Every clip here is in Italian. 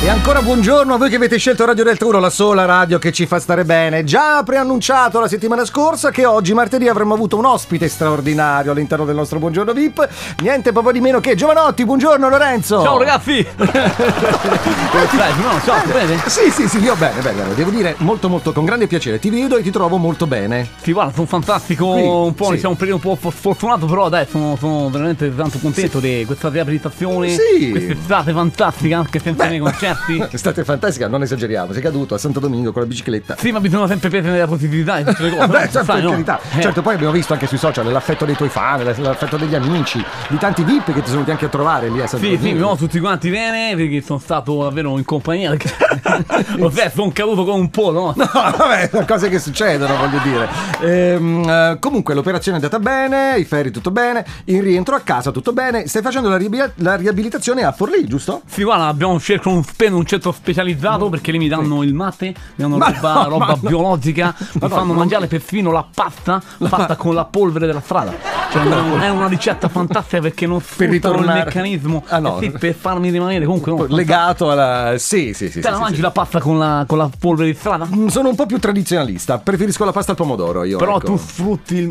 E ancora buongiorno a voi che avete scelto Radio Delta 1, la sola radio che ci fa stare bene. Già preannunciato la settimana scorsa che oggi, martedì, avremmo avuto un ospite straordinario all'interno del nostro Buongiorno VIP. Niente proprio di meno che Giovanotti. Buongiorno Lorenzo. Ciao ragazzi. Come stai? No, ciao, bene? Sì, io bene. Devo dire molto con grande piacere. Ti vedo e ti trovo molto bene. Sì, guarda, sono fantastico, sì, un po', sì. Siamo un periodo un po' sfortunato, però dai, sono veramente tanto contento di questa riabilitazione, quest'estate fantastica, anche senza i miei concerti. Estate fantastica, non esageriamo, sei caduto a Santo Domingo con la bicicletta. Sì, ma bisogna sempre prendere la positività in tutte le cose. Beh, certo, sai, per carità. No? Certo, poi abbiamo visto anche sui social l'affetto dei tuoi fan, l'affetto degli amici, di tanti VIP che ti sono venuti anche a trovare lì a Santo Domingo. Sì, no, tutti quanti bene, perché sono stato davvero in compagnia. Vabbè, sono caduto con un polo, no? No, vabbè, sono cose che succedono, voglio dire. Comunque l'operazione è andata bene, i ferri tutto bene, il rientro a casa tutto bene. Stai facendo la riabilitazione a Forlì, giusto? Sì, guarda, abbiamo scelto un centro specializzato perché lì mi danno il mate, mi danno roba biologica, mi fanno mangiare perfino la pasta fatta con la polvere della strada. Cioè, è una ricetta fantastica perché non sfruttano il meccanismo per farmi rimanere comunque legato alla... Sì. Te la mangi la pasta con la polvere di strada? Sono un po' più tradizionalista, preferisco la pasta al pomodoro io. Però ecco. tu sfrutti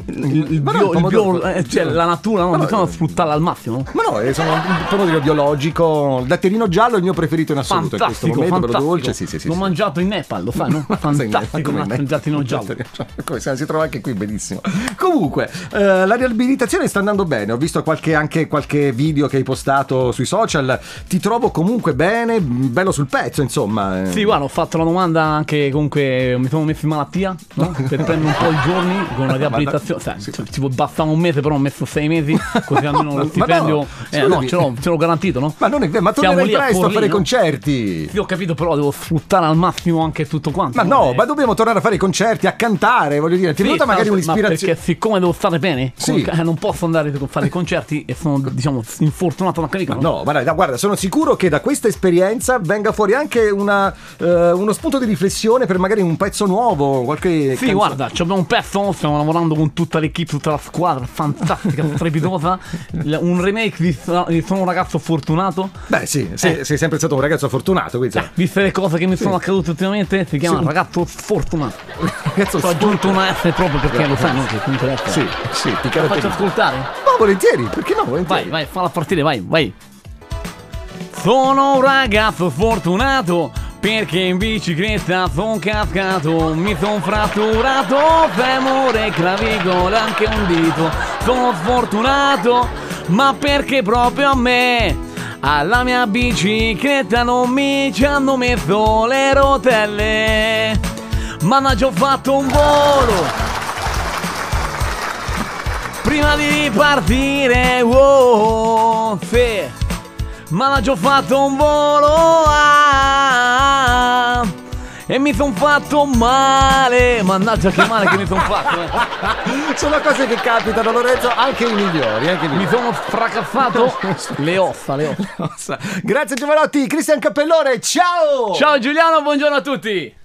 la natura, non bisogna sfruttarla al massimo. Ma no, sono un pomodoro biologico, datterino giallo è il mio preferito in assoluto. Fantastico, in questo momento, fantastico. Bello dolce, sì. L'ho mangiato in Nepal, lo sai, no? Fantastico, il datterino giallo. Come si trova anche qui, benissimo. Comunque, la riabilitazione sta andando bene. Ho visto anche qualche video che hai postato sui social. Ti trovo comunque bene, bello sul pezzo, insomma. Sì, guarda, ho fatto la domanda anche, comunque mi sono messo in malattia, no? Per prendere un po' i giorni con la riabilitazione. Tipo, bastava un mese, però ho messo 6 mesi, così almeno lo stipendio. Ce l'ho garantito, no? Ma non è vero, ma tornerai presto a fare i concerti. Sì, ho capito, però devo sfruttare al massimo anche tutto quanto. Ma no, ma dobbiamo tornare a fare i concerti, a cantare, voglio dire. Ti è venuta magari un'ispirazione? Ma perché siccome devo stare bene, sì. Non posso andare a fare i concerti e sono, diciamo, infortunato da carica. No, ma dai, guarda, sono sicuro che da questa esperienza venga fuori anche uno spunto di riflessione per magari un pezzo nuovo, qualche Sì, guarda, abbiamo un pezzo, stiamo lavorando con tutta l'equipe, tutta la squadra, fantastica, strepitosa. Un remake di Sono un ragazzo fortunato. Beh, sì, sei sempre stato un ragazzo fortunato, quindi. Viste le cose che mi sono accadute ultimamente, si chiama ragazzo sfortunato. Ho aggiunto una S proprio perché lo sai, no? Che ti interessa. Sì, ti faccio ascoltare? Ma volentieri, perché no? Volentieri. Vai, falla partire, vai. Sono un ragazzo sfortunato perché in bicicletta son cascato, mi son fratturato femore, clavicola, anche un dito. Sono sfortunato, ma perché proprio a me? Alla mia bicicletta non mi ci hanno messo le rotelle. Mannaggia, ho fatto un volo prima di partire, wow, sì. Mannaggia, ho fatto un volo e mi son fatto male. Mannaggia, che male che mi son fatto. Sono cose che capitano, Lorenzo, anche i migliori. Mi sono fracassato le ossa. Grazie Giovanotti, Cristian Cappellone, ciao! Ciao Giuliano, buongiorno a tutti.